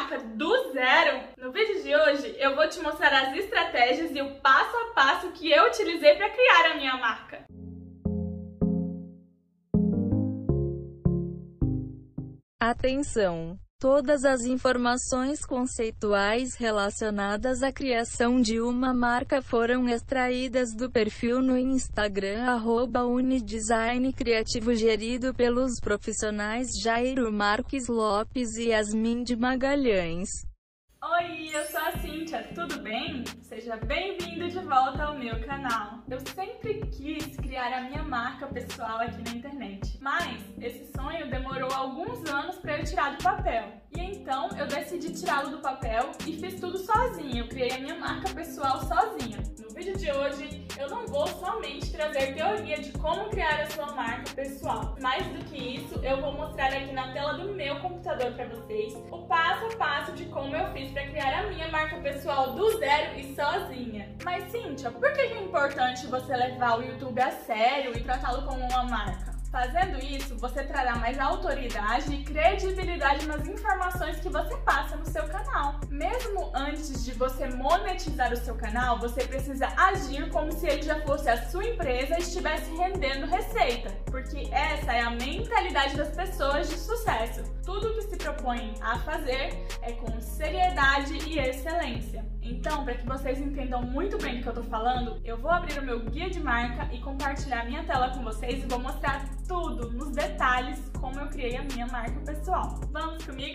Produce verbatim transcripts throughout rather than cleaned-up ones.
marca do zero? No vídeo de hoje eu vou te mostrar as estratégias e o passo a passo que eu utilizei para criar a minha marca. Atenção! Todas as informações conceituais relacionadas à criação de uma marca foram extraídas do perfil no Instagram arroba Unidesign Criativo, gerido pelos profissionais Jairo Marques Lopes e Yasmin de Magalhães. Oi, eu sou a Cíntia, tudo bem? Seja bem-vindo de volta ao meu canal. Eu sempre quis criar a minha marca pessoal aqui na internet, mas esse sonho demorou alguns anos para eu tirar do papel. E então eu decidi tirá-lo do papel e fiz tudo sozinha, eu criei a minha marca pessoal sozinha. No vídeo de hoje eu não vou somente trazer teoria de como criar a sua marca pessoal. Mais do que isso, eu vou mostrar aqui na tela do meu computador para vocês o passo a passo de como eu fiz para criar a minha marca pessoal do zero e sozinha. Mas Cíntia, por que é importante você levar o YouTube a sério e tratá-lo como uma marca? Fazendo isso, você trará mais autoridade e credibilidade nas informações que você passa no seu canal. Mesmo antes de você monetizar o seu canal, você precisa agir como se ele já fosse a sua empresa e estivesse rendendo receita, porque essa é a mentalidade das pessoas de sucesso. Tudo que se propõem a fazer é com seriedade e excelência. Então, para que vocês entendam muito bem do que eu tô falando, eu vou abrir o meu guia de marca e compartilhar minha tela com vocês e vou mostrar tudo, nos detalhes, como eu criei a minha marca pessoal. Vamos comigo?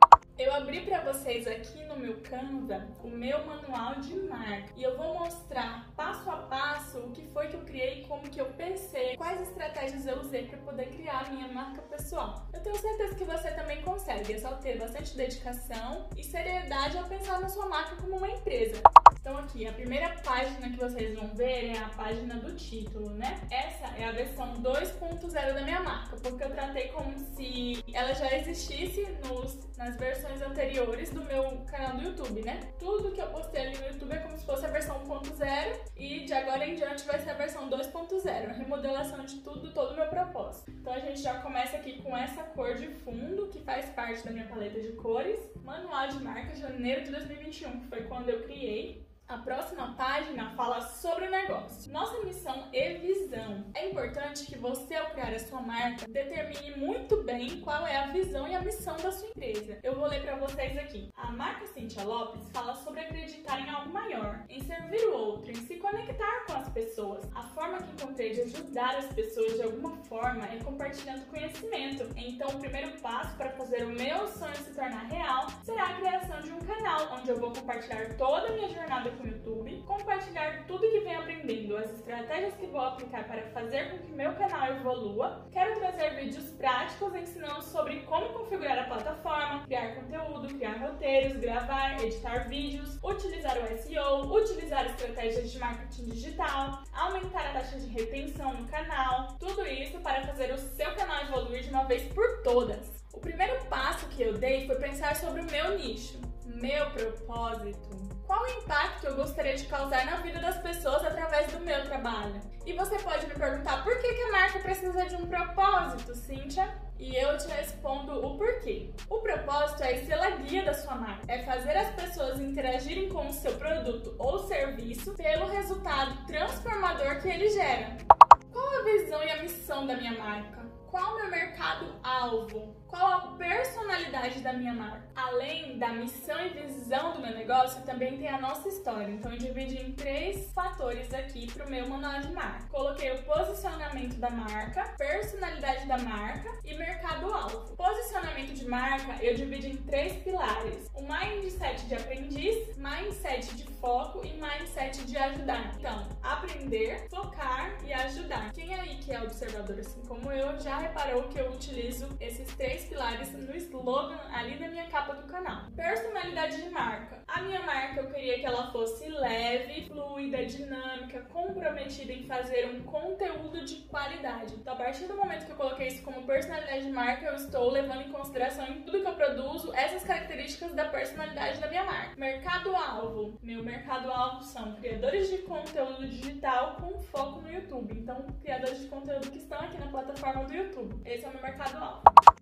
Eu abri para vocês aqui no meu Canva o meu manual de marca e eu vou mostrar passo a passo o que foi que eu criei, como que eu pensei, quais estratégias eu usei para poder criar a minha marca pessoal. Eu tenho certeza que você também consegue, é só ter bastante dedicação e seriedade ao pensar na sua marca como uma empresa. Então aqui, a primeira página que vocês vão ver é a página do título, né? Essa é a versão dois ponto zero da minha marca, porque eu tratei como se ela já existisse nos, nas versões anteriores do meu canal do YouTube, né? Tudo que eu postei ali no YouTube é como se fosse a versão um ponto zero e de agora em diante vai ser a versão dois ponto zero, a remodelação de tudo, todo o meu propósito. Então a gente já começa aqui com essa cor de fundo, que faz parte da minha paleta de cores. Manual de marca, janeiro de dois mil e vinte e um, que foi quando eu criei. A próxima página fala sobre o negócio. Nossa missão e visão. É importante que você, ao criar a sua marca, determine muito bem qual é a visão e a missão da sua empresa. Eu vou ler para vocês aqui. A marca Cíntia Lopes fala sobre acreditar em algo maior, em servir o outro, em se conectar com as pessoas. A forma que encontrei de ajudar as pessoas de alguma forma é compartilhando conhecimento. Então, o primeiro passo para fazer o meu sonho se tornar real será a criação de um canal, onde eu vou compartilhar toda a minha jornada com o YouTube, compartilhar tudo que venho aprendendo, as estratégias que vou aplicar para fazer com que meu canal evolua. Quero trazer vídeos práticos ensinando sobre como configurar a plataforma, criar conteúdo, criar roteiros, gravar, editar vídeos, utilizar o S E O, utilizar estratégias de marketing digital, aumentar a taxa de retenção no canal, tudo isso para fazer o seu canal evoluir de uma vez por todas. O primeiro passo que eu dei foi pensar sobre o meu nicho, meu propósito. Qual o impacto eu gostaria de causar na vida das pessoas através do meu trabalho? E você pode me perguntar por que que a marca precisa de um propósito, Cíntia? E eu te respondo o porquê. O propósito é a estrela guia da sua marca. É fazer as pessoas interagirem com o seu produto ou serviço pelo resultado transformador que ele gera. Qual a visão e a missão da minha marca? Qual o meu mercado-alvo? Qual a personalidade da minha marca? Além da missão e visão do meu negócio, também tem a nossa história. Então eu dividi em três fatores aqui para o meu manual de marca. Coloquei o posicionamento da marca, personalidade da marca e mercado-alvo. Posicionamento de marca eu dividi em três pilares. O mindset de aprendiz, mindset de foco e mindset de ajudar. Então, aprender, focar e ajudar. Quem aí que é observador assim como eu já reparou que eu utilizo esses três pilares no slogan ali na minha capa do canal. Personalidade de marca. A minha marca eu queria que ela fosse leve, fluida, dinâmica, comprometida em fazer um conteúdo de qualidade. Então, a partir do momento que eu coloquei isso como personalidade de marca, eu estou levando em consideração em tudo que eu produzo essas características da personalidade da minha marca. Mercado-alvo. Meu mercado-alvo são criadores de conteúdo digital com foco no YouTube. Então, criadores de conteúdo que estão aqui na plataforma do YouTube. Esse é o meu mercado-alvo.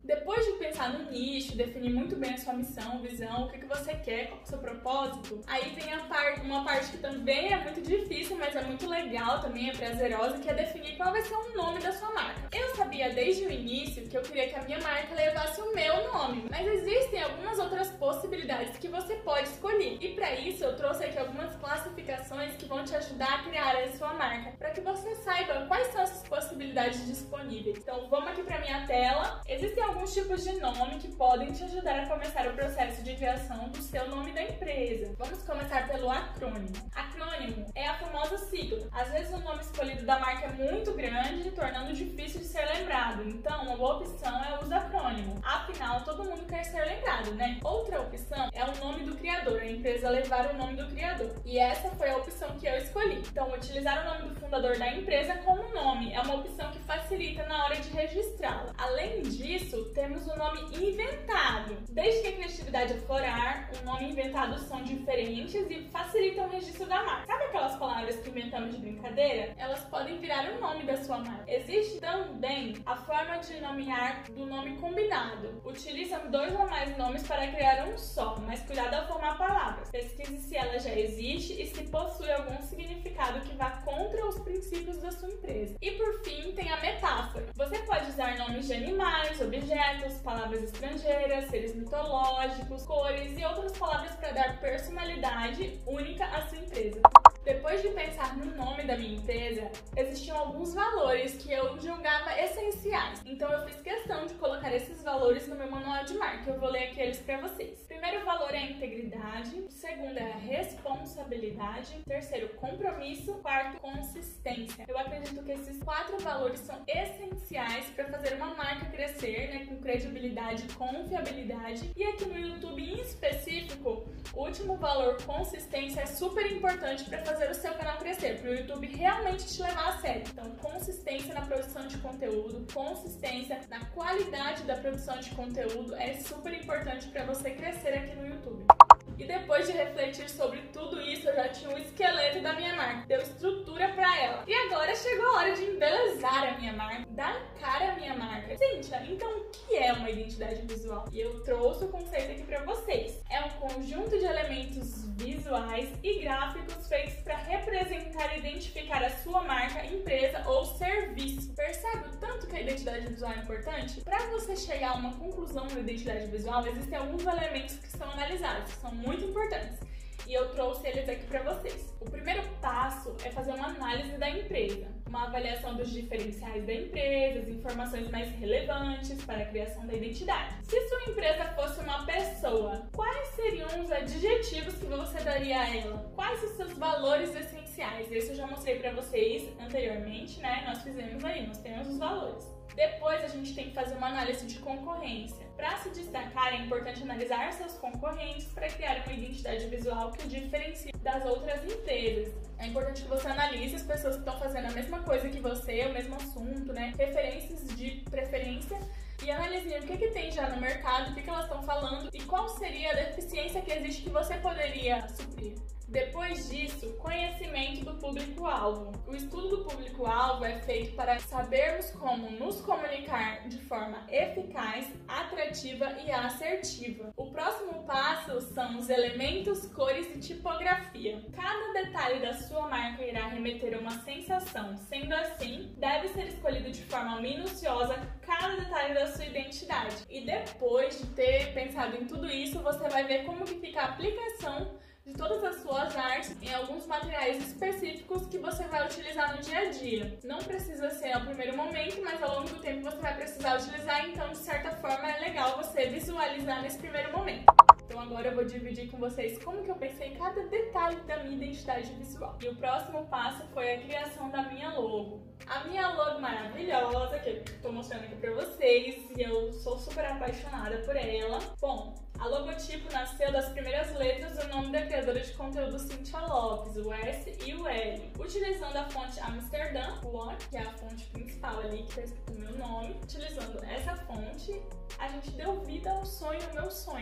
Depois de pensar no nicho, definir muito bem a sua missão, visão, o que, que você quer, qual é o seu propósito, aí vem a par uma parte que também é muito difícil, mas é muito legal também, é prazerosa, que é definir qual vai ser o nome da sua marca. Eu sabia desde o início que eu queria que a minha marca levasse o meu nome, mas existem algumas outras possibilidades que você pode escolher. E para isso eu trouxe aqui algumas classificações que vão te ajudar a criar a sua marca, para que você saiba quais são essas possibilidades disponíveis. Então vamos aqui para minha tela. Existem alguns tipos de nome que podem te ajudar a começar o processo de criação do seu nome da empresa. Vamos começar pelo acrônimo. Acrônimo é a famosa sigla. Às vezes o nome escolhido da marca é muito grande, tornando difícil de ser lembrado. Então uma boa opção é o uso acrônimo. Afinal, todo mundo quer ser lembrado, né? Outra opção é o nome do criador, a empresa levar o nome do criador. E essa foi a opção que eu escolhi. Então, utilizar o nome do fundador da empresa como nome é uma opção que facilita na hora de registrá-la. Além disso, temos o nome inventado. Desde que a criatividade aflorar, o nome inventado são diferentes e facilitam o registro da marca. Sabe aquelas palavras que inventamos de brincadeira? Elas podem virar o nome da sua marca. Existe também a forma de nomear do nome combinado. Utilizam dois ou mais nomes para criar um só, mas cuidado ao formar palavras. Pesquise se ela já existe e se possui algum significado que vá contra os princípios da sua empresa. E por fim, tem a metáfora. Você pode usar nomes de animais, objetos, palavras estrangeiras, seres mitológicos, cores e outras palavras para dar personalidade única à sua empresa. Depois de pensar no nome da minha empresa, existiam alguns valores que eu julgava essenciais. Então eu fiz questão de colocar esses valores no meu manual de marca. Eu vou ler aqui eles para vocês. O primeiro valor é a integridade, o segundo é a responsabilidade, o terceiro, compromisso, o quarto, consistência. Eu acredito que esses quatro valores são essenciais para fazer uma marca crescer, né, com credibilidade e confiabilidade. E aqui no YouTube em específico, o último valor, consistência, é super importante para fazer o seu canal crescer, para o YouTube realmente te levar a sério. Então, consistência na produção de conteúdo, consistência na qualidade da produção de conteúdo é super importante para você crescer aqui no YouTube. E depois de refletir sobre tudo isso, eu já tinha um esqueleto da minha marca, deu estrutura pra ela. E agora chegou a hora de embelezar a minha marca, dar cara à minha marca. Cíntia, então o que é uma identidade visual? E eu trouxe o conceito aqui pra vocês. É um conjunto de elementos visuais e gráficos feitos para representar e identificar a sua marca, empresa ou serviço. Percebe o tanto que a identidade visual é importante? Para você chegar a uma conclusão na identidade visual, existem alguns elementos que são analisados, que são muito importantes. E eu trouxe eles aqui para vocês. O primeiro passo é fazer uma análise da empresa, uma avaliação dos diferenciais da empresa, as informações mais relevantes para a criação da identidade. Se sua empresa fosse uma pessoa, quais seriam os adjetivos que você daria a ela? Quais os seus valores essenciais? Esse eu já mostrei para vocês anteriormente, né? Nós fizemos aí, nós temos os valores. Depois a gente tem que fazer uma análise de concorrência. Para se destacar, é importante analisar seus concorrentes para criar uma identidade visual que o diferencie das outras empresas. É importante que você analise as pessoas que estão fazendo a mesma coisa que você, o mesmo assunto, né? Referências de preferência e analise o que, que tem já no mercado, o que, que elas estão falando e qual seria a deficiência que existe que você poderia suprir. Depois disso, conhecimento do público-alvo. O estudo do público-alvo é feito para sabermos como nos comunicar de forma eficaz, atrativa e assertiva. O próximo passo são os elementos, cores e tipografia. Cada detalhe da sua marca irá remeter a uma sensação. Sendo assim, deve ser escolhido de forma minuciosa cada detalhe da sua identidade. E depois de ter pensado em tudo isso, você vai ver como que fica a aplicação de todas as suas artes em alguns materiais específicos que você vai utilizar no dia a dia. Não precisa ser ao primeiro momento, mas ao longo do tempo você vai precisar utilizar, então de certa forma é legal você visualizar nesse primeiro momento. Então agora eu vou dividir com vocês como que eu pensei em cada detalhe da minha identidade visual. E o próximo passo foi a criação da minha logo. A minha logo maravilhosa, que eu tô mostrando aqui pra vocês, e eu sou super apaixonada por ela. Bom, a logotipo nasceu das primeiras letras do nome da criadora de conteúdo Cíntia Lopes, o S e o L. Utilizando a fonte Amsterdã, que é a fonte principal ali, que tá escrito o meu nome. Utilizando essa fonte, a gente deu vida ao sonho, ao meu sonho, né? Bom,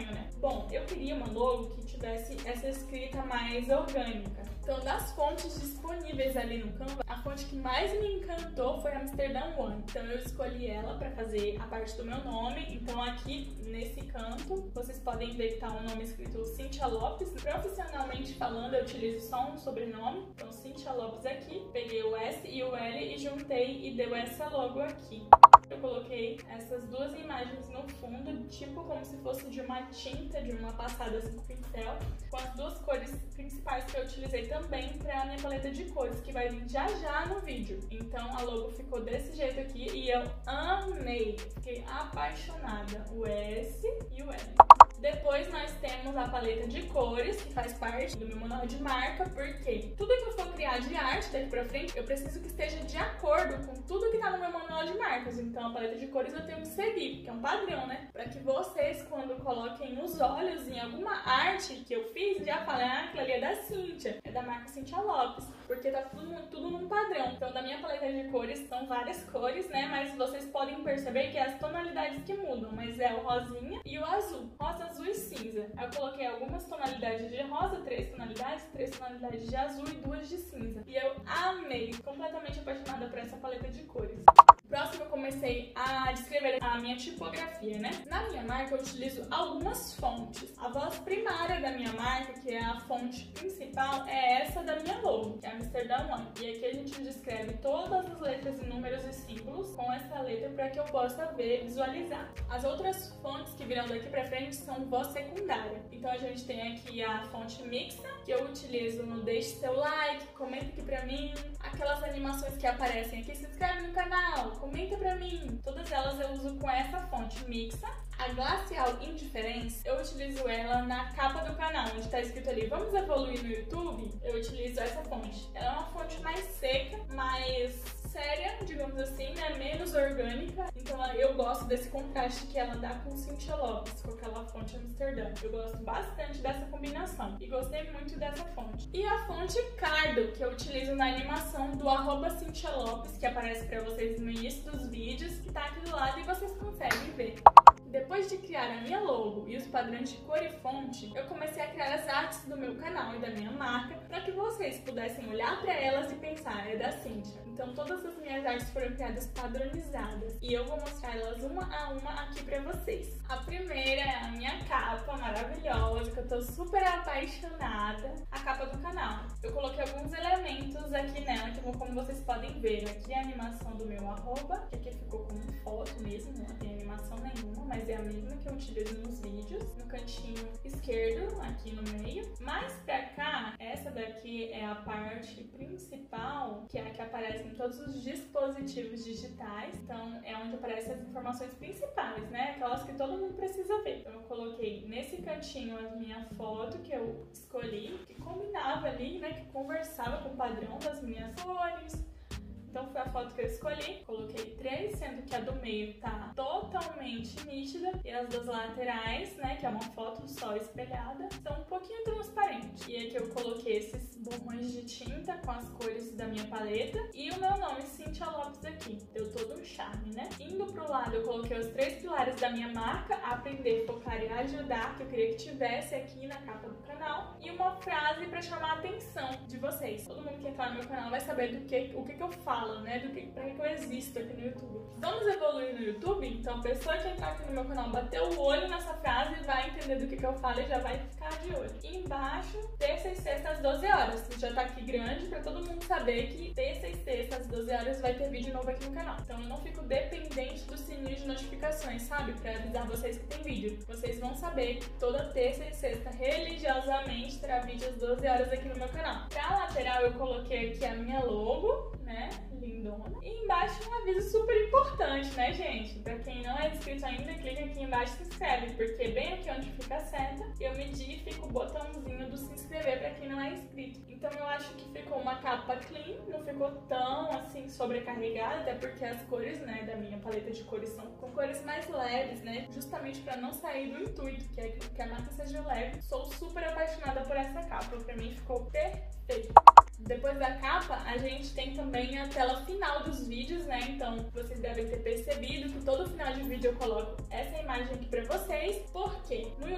Bom, eu queria uma logo que tivesse essa escrita mais orgânica. Então, das fontes disponíveis ali no Canva, a fonte que mais me encantou foi a Amsterdam One. Então, eu escolhi ela para fazer a parte do meu nome. Então, aqui nesse canto, vocês podem ver que tá um nome escrito Cíntia Lopes. Profissionalmente falando, eu utilizo só um sobrenome. Então, Cíntia Lopes aqui. Peguei o S e o L e juntei e deu essa logo aqui. Eu coloquei essas duas imagens no fundo, tipo como se fosse de uma tinta, de uma passada assim com pincel, com as duas cores principais que eu utilizei também para a minha paleta de cores, que vai vir já já no vídeo. Então a logo ficou desse jeito aqui e eu amei, fiquei apaixonada, o S e o L. Depois nós temos a paleta de cores, que faz parte do meu manual de marca, porque tudo que eu for criar de arte daqui pra frente, eu preciso que esteja de acordo com tudo que tá no meu manual de marcas. Então a paleta de cores eu tenho que seguir, porque é um padrão, né? Pra que vocês, quando coloquem os olhos em alguma arte que eu fiz, já falem, ah, aquilo ali é da Cíntia, é da marca Cíntia Lopes, porque tá tudo, tudo num padrão. Então da minha paleta de cores são várias cores, né? Mas vocês podem perceber que é as tonalidades que mudam, mas é o rosinha e o azul. Rosa, azul e cinza. Eu coloquei algumas tonalidades de rosa, três tonalidades, três tonalidades de azul e duas de cinza. E eu amei, completamente apaixonada por essa paleta de cores. Próximo, eu comecei a descrever a minha tipografia, né? Na minha marca, eu utilizo algumas fontes. A voz primária da minha marca, que é a fonte principal, é essa da minha logo, que é a Amsterdam One. E aqui a gente descreve todas as letras e números e símbolos com essa letra para que eu possa ver, visualizar. As outras fontes que virão daqui pra frente são voz secundária. Então a gente tem aqui a fonte mixta, que eu utilizo no deixe seu like, comenta aqui pra mim, aquelas animações que aparecem aqui, se inscreve no canal, comenta pra mim. Todas elas eu uso com essa fonte mixta. A Glacial Indifference, eu utilizo ela na capa do canal, onde tá escrito ali, vamos evoluir no YouTube? Eu utilizo essa fonte. Ela é uma fonte mais seca, mais séria, digamos assim, né? Menos orgânica. Então eu gosto desse contraste que ela dá com Cíntia Lopes, com aquela fonte Amsterdã. Eu gosto bastante dessa combinação e gostei muito dessa fonte. E a fonte Cardo, que eu utilizo na animação do arroba Cíntia Lopes, que aparece pra vocês no início dos vídeos, que tá aqui do lado e vocês conseguem ver. Depois de criar a minha logo e os padrões de cor e fonte, eu comecei a criar as artes do meu canal e da minha marca para que vocês pudessem olhar para elas e pensar, é da Cíntia. Então todas as minhas artes foram criadas padronizadas e eu vou mostrar elas uma a uma aqui para vocês. A primeira é a minha capa maravilhosa, que eu tô super apaixonada, a capa do canal. Eu coloquei alguns elementos aqui nela, que como vocês podem ver, aqui é a animação do meu arroba, que aqui ficou como foto mesmo, não tem animação nenhuma, mas é a mesma que eu utilizo nos vídeos, no cantinho esquerdo, aqui no meio. Mais pra cá, essa daqui é a parte principal, que é a que aparece em todos os dispositivos digitais. Então, é onde aparecem as informações principais, né? Aquelas que todo mundo precisa ver. Então, eu coloquei nesse cantinho a minha foto que eu escolhi, que combinava ali, né? Que conversava com o padrão das minhas cores. Então foi a foto que eu escolhi, coloquei três, sendo que a do meio tá totalmente nítida e as das laterais, né, que é uma foto só espelhada, são um pouquinho transparentes. E aqui eu coloquei esses borrões de tinta com as cores da minha paleta e o meu nome, Cíntia Lopes, aqui. Deu todo um charme, né? Indo pro lado, eu coloquei os três pilares da minha marca, aprender, focar e ajudar, que eu queria que tivesse aqui na capa do canal, e uma frase para chamar a atenção de vocês. Todo mundo que entrar no meu canal vai saber do que, o que, que eu falo, né, do que, pra que eu existo aqui no YouTube. Vamos evoluir no YouTube? Então a pessoa que entrar aqui no meu canal, bater o olho nessa frase, vai entender do que, que eu falo e já vai ficar de olho. E embaixo, terça e sexta às doze horas. Já tá aqui grande pra todo mundo saber que terça e sexta às doze horas vai ter vídeo novo aqui no canal. Então eu não fico dependente do sininho de notificações, sabe? Pra avisar vocês que tem vídeo. Vocês vão saber que toda terça e sexta, religiosamente, terá vídeo às doze horas aqui no meu canal. Pra lateral eu coloquei aqui a minha logo, né? Lindona. E embaixo um aviso super importante, né, gente? Pra quem não é inscrito ainda, clica aqui embaixo e se inscreve, porque bem aqui onde fica a seta, eu medi e fica o botãozinho do se inscrever pra quem não é inscrito. Então eu acho que ficou uma capa clean, não ficou tão assim sobrecarregada, até porque as cores, né, da minha paleta de cores são com cores mais leves, né? Justamente pra não sair do intuito, que é que a marca seja leve. Sou super apaixonada por essa capa, pra mim ficou perfeito. Depois da capa, a gente tem também a tela final dos vídeos, né? Então, vocês devem ter percebido que todo final de vídeo eu coloco essa imagem aqui pra vocês, porque no YouTube tem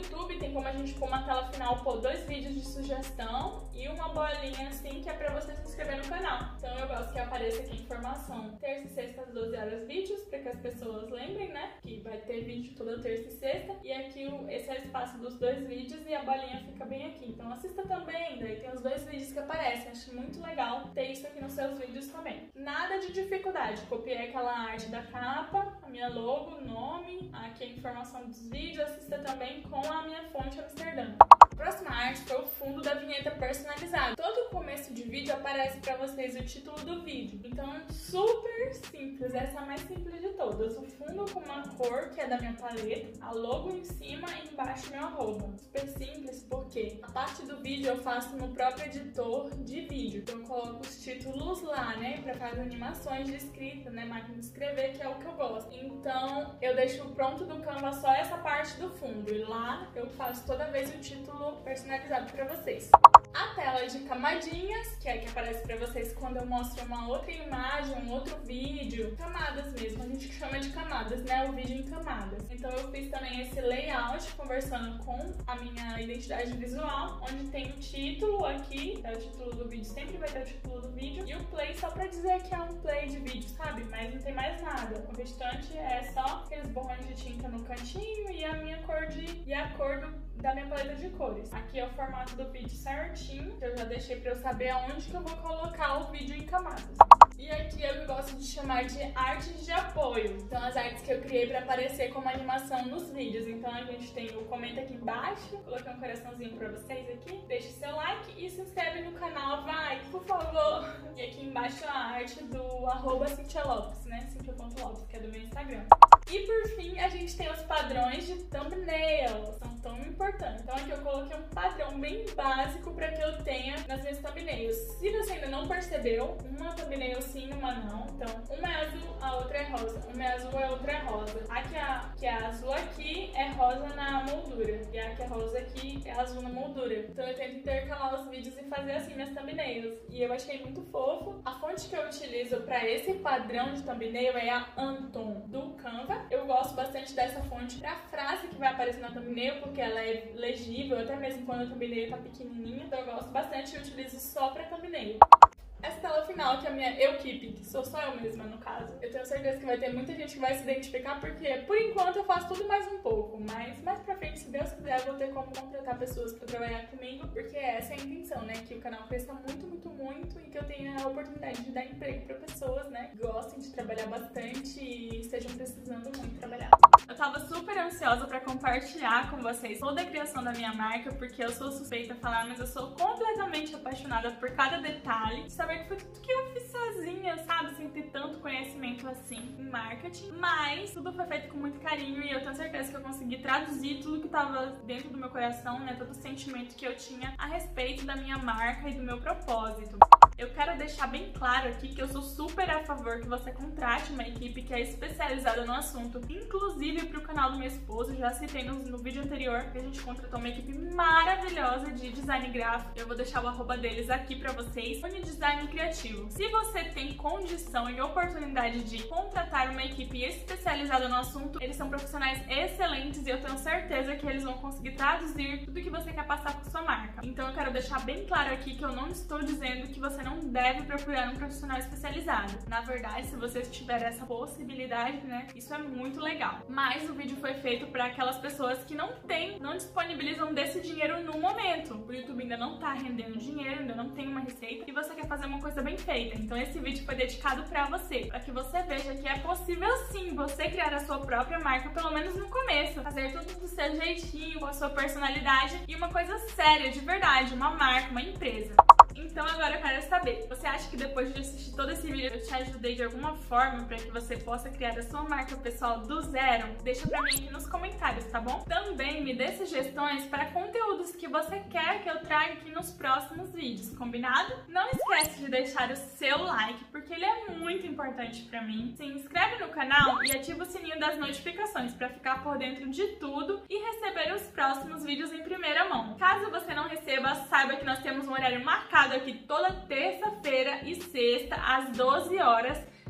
tem como a gente pôr uma tela final, pôr dois vídeos de sugestão e uma bolinha assim, que é pra você se inscrever no canal. Então eu gosto que apareça aqui informação terça e sexta às doze horas vídeos, pra que as pessoas lembrem, né, que vai ter vídeo toda terça e sexta. E aqui esse é o espaço dos dois vídeos e a bolinha fica bem aqui. Então assista também, daí tem os dois vídeos que aparecem. Acho muito legal ter isso aqui nos seus vídeos também. Nada de dificuldade. Copiei aquela arte da capa, a minha logo, o nome, aqui a informação dos vídeos. Assista também com a minha fonte Amsterdã. A próxima arte foi o fundo da vinheta personalizada. Todo começo de vídeo aparece pra vocês o título do vídeo. Então, super simples. Essa é a mais simples de todas. O fundo com uma cor, que é da minha paleta, a logo em cima e embaixo meu arroba. Super simples porque a parte do vídeo eu faço no próprio editor de vídeo. Então, eu coloco os títulos lá, né, pra fazer animações de escrita, né, máquina de escrever, que é o que eu gosto. Então, eu deixo pronto do Canva só essa parte do fundo. E lá eu faço toda vez o título personalizado pra vocês. A tela de camadinhas, que é que aparece pra vocês quando eu mostro uma outra imagem, um outro vídeo. Camadas mesmo, a gente chama de camadas, né? O vídeo em camadas. Então eu fiz também esse layout conversando com a minha identidade visual, onde tem o título aqui, é o título do vídeo, sempre vai ter o título do vídeo, e o play só pra dizer que é um play de vídeo, sabe? Mas não tem mais nada. O restante é só aqueles borrões de tinta no cantinho e a minha cor de... e a cor do... da minha paleta de cores. Aqui é o formato do vídeo certinho, que eu já deixei pra eu saber aonde que eu vou colocar o vídeo em camadas. E aqui eu gosto de chamar de artes de apoio. São as artes que eu criei pra aparecer como animação nos vídeos. Então a gente tem o comenta aqui embaixo, coloquei um coraçãozinho pra vocês aqui, deixe seu like e se inscreve no canal, vai, por favor! E aqui embaixo a arte do arroba Cintia Lopes, né? Cintia ponto Lopes, que é do meu Instagram. E por fim, a gente tem os padrões de thumbnail, são tão importantes. Então aqui eu coloquei um padrão bem básico para que eu tenha nas minhas thumbnails. Se você ainda não percebeu, uma thumbnail sim, uma não. Então, uma é azul, a outra é rosa. Uma é azul, a outra é rosa. A que é, que é azul aqui é rosa na moldura. E a que é rosa aqui é azul na moldura. Então eu tento intercalar os vídeos e fazer assim minhas thumbnails. E eu achei muito fofo. A fonte que eu utilizo para esse padrão de thumbnail é a Anton, do Canva. Eu gosto bastante dessa fonte pra frase que vai aparecer na thumbnail, porque ela é legível, até mesmo quando a thumbnail tá pequenininha. Então eu gosto bastante e utilizo só pra thumbnail. Essa tela final, que é a minha equipe, que sou só eu mesma no caso, eu tenho certeza que vai ter muita gente que vai se identificar, porque por enquanto eu faço tudo mais um pouco, mas mais pra frente, se Deus quiser, eu vou ter como contratar pessoas pra trabalhar comigo, porque essa é a intenção, né, que o canal cresça muito, muito, muito e que eu tenha a oportunidade de dar emprego pra pessoas, né, que gostem de trabalhar bastante e estejam precisando muito trabalhar. Eu tava super ansiosa pra compartilhar com vocês toda a criação da minha marca, porque eu sou suspeita a falar, mas eu sou completamente apaixonada por cada detalhe. Saber que foi tudo que eu fiz sozinha, sabe? Sem ter tanto conhecimento assim em marketing. Mas tudo foi feito com muito carinho e eu tenho certeza que eu consegui traduzir tudo que tava dentro do meu coração, né? Todo o sentimento que eu tinha a respeito da minha marca e do meu propósito. Eu quero deixar bem claro aqui que eu sou super a favor que você contrate uma equipe que é especializada no assunto. Inclusive pro canal do meu esposo, já citei no, no vídeo anterior que a gente contratou uma equipe maravilhosa de design gráfico. Eu vou deixar o arroba deles aqui pra vocês. Unidesign Criativo. Se você tem condição e oportunidade de contratar uma equipe especializada no assunto, eles são profissionais excelentes e eu tenho certeza que eles vão conseguir traduzir tudo que você quer passar com sua marca. Então eu quero deixar bem claro aqui que eu não estou dizendo que você não não deve procurar um profissional especializado. Na verdade, se você tiver essa possibilidade, né, isso é muito legal. Mas o vídeo foi feito para aquelas pessoas que não têm, não disponibilizam desse dinheiro no momento. O YouTube ainda não tá rendendo dinheiro, ainda não tem uma receita e você quer fazer uma coisa bem feita. Então esse vídeo foi dedicado para você, para que você veja que é possível sim você criar a sua própria marca, pelo menos no começo. Fazer tudo do seu jeitinho, com a sua personalidade e uma coisa séria, de verdade, uma marca, uma empresa. Então agora eu quero saber, você acha que depois de assistir todo esse vídeo eu te ajudei de alguma forma para que você possa criar a sua marca pessoal do zero? Deixa pra mim aqui nos comentários, tá bom? Também me dê sugestões para conteúdos que você quer que eu traga aqui nos próximos vídeos, combinado? Não esquece de deixar o seu like, porque ele é muito importante pra mim. Se inscreve no canal e ativa o sininho das notificações para ficar por dentro de tudo e receber os próximos vídeos em primeira mão. Caso você não receba, saiba que nós temos um horário marcado aqui toda terça-feira e sexta às doze horas,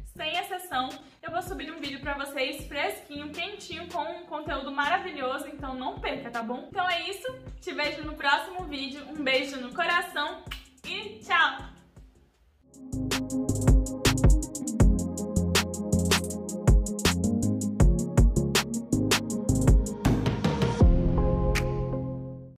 sem exceção, eu vou subir um vídeo pra vocês fresquinho, quentinho, com um conteúdo maravilhoso, então não perca, tá bom? Então é isso, te vejo no próximo vídeo, um beijo no coração e tchau!